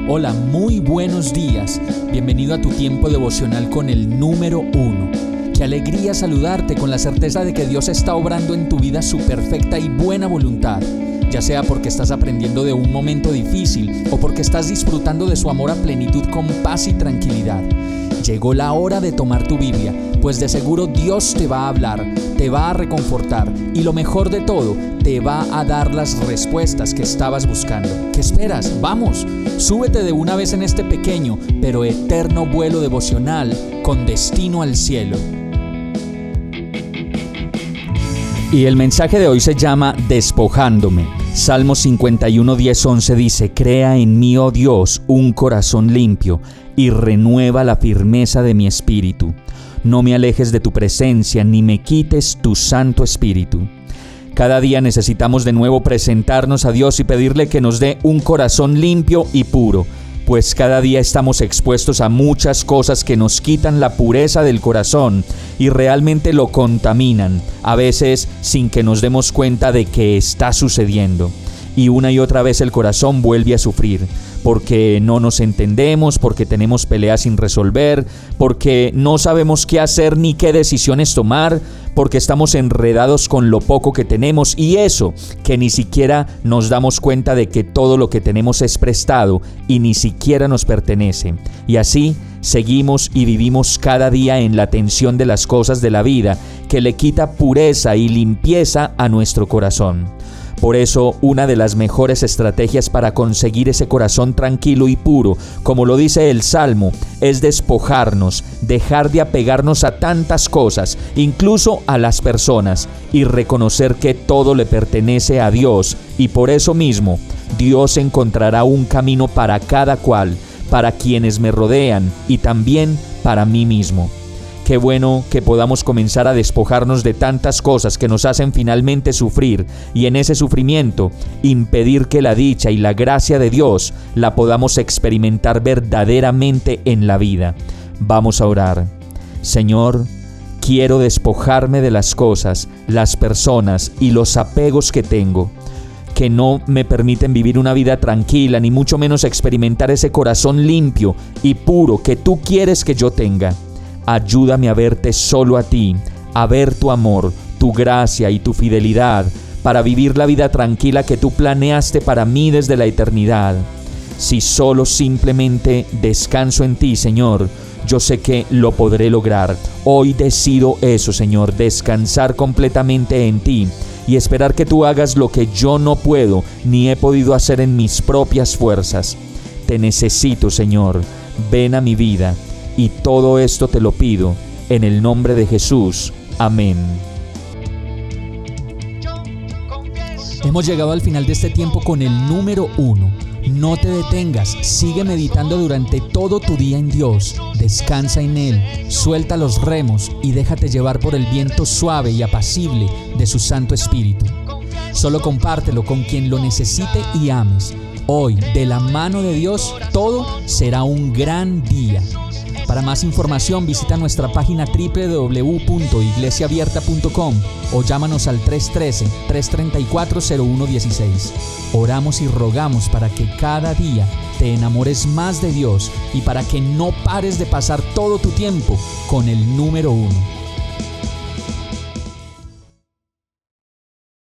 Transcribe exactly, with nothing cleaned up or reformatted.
Hola, muy buenos días. Bienvenido a tu tiempo devocional con el número uno. Qué alegría saludarte con la certeza de que Dios está obrando en tu vida su perfecta y buena voluntad, ya sea porque estás aprendiendo de un momento difícil o porque estás disfrutando de su amor a plenitud con paz y tranquilidad. Llegó la hora de tomar tu Biblia, pues de seguro Dios te va a hablar, te va a reconfortar y lo mejor de todo, te va a dar las respuestas que estabas buscando. ¿Qué esperas? ¡Vamos! Súbete de una vez en este pequeño pero eterno vuelo devocional con destino al cielo. Y el mensaje de hoy se llama Despojándome. Salmo cincuenta y uno, diez, once dice: Crea en mí, oh Dios, un corazón limpio y renueva la firmeza de mi espíritu. No me alejes de tu presencia, ni me quites tu Santo Espíritu. Cada día necesitamos de nuevo presentarnos a Dios y pedirle que nos dé un corazón limpio y puro, pues cada día estamos expuestos a muchas cosas que nos quitan la pureza del corazón y realmente lo contaminan, a veces sin que nos demos cuenta de que está sucediendo. Y una y otra vez el corazón vuelve a sufrir, porque no nos entendemos, porque tenemos peleas sin resolver, porque no sabemos qué hacer ni qué decisiones tomar, porque estamos enredados con lo poco que tenemos y eso, que ni siquiera nos damos cuenta de que todo lo que tenemos es prestado y ni siquiera nos pertenece. Y así seguimos y vivimos cada día en la tensión de las cosas de la vida que le quita pureza y limpieza a nuestro corazón. Por eso, una de las mejores estrategias para conseguir ese corazón tranquilo y puro, como lo dice el Salmo, es despojarnos, dejar de apegarnos a tantas cosas, incluso a las personas, y reconocer que todo le pertenece a Dios, y por eso mismo, Dios encontrará un camino para cada cual, para quienes me rodean y también para mí mismo. Qué bueno que podamos comenzar a despojarnos de tantas cosas que nos hacen finalmente sufrir y en ese sufrimiento impedir que la dicha y la gracia de Dios la podamos experimentar verdaderamente en la vida. Vamos a orar. Señor, quiero despojarme de las cosas, las personas y los apegos que tengo, que no me permiten vivir una vida tranquila, ni mucho menos experimentar ese corazón limpio y puro que tú quieres que yo tenga. Ayúdame a verte solo a ti, a ver tu amor, tu gracia y tu fidelidad para vivir la vida tranquila que tú planeaste para mí desde la eternidad. Si solo simplemente descanso en ti, Señor, yo sé que lo podré lograr. Hoy decido eso, Señor, descansar completamente en ti y esperar que tú hagas lo que yo no puedo ni he podido hacer en mis propias fuerzas. Te necesito, Señor. Ven a mi vida. Y todo esto te lo pido en el nombre de Jesús. Amén. Hemos llegado al final de este tiempo con el número uno. No te detengas, sigue meditando durante todo tu día en Dios. Descansa en Él, suelta los remos y déjate llevar por el viento suave y apacible de su Santo Espíritu. Solo compártelo con quien lo necesite y ames. Hoy, de la mano de Dios, todo será un gran día. Para más información visita nuestra página doble u doble u doble u punto iglesia abierta punto com o llámanos al tres uno tres, tres tres cuatro, cero uno uno seis. Oramos y rogamos para que cada día te enamores más de Dios y para que no pares de pasar todo tu tiempo con el número uno.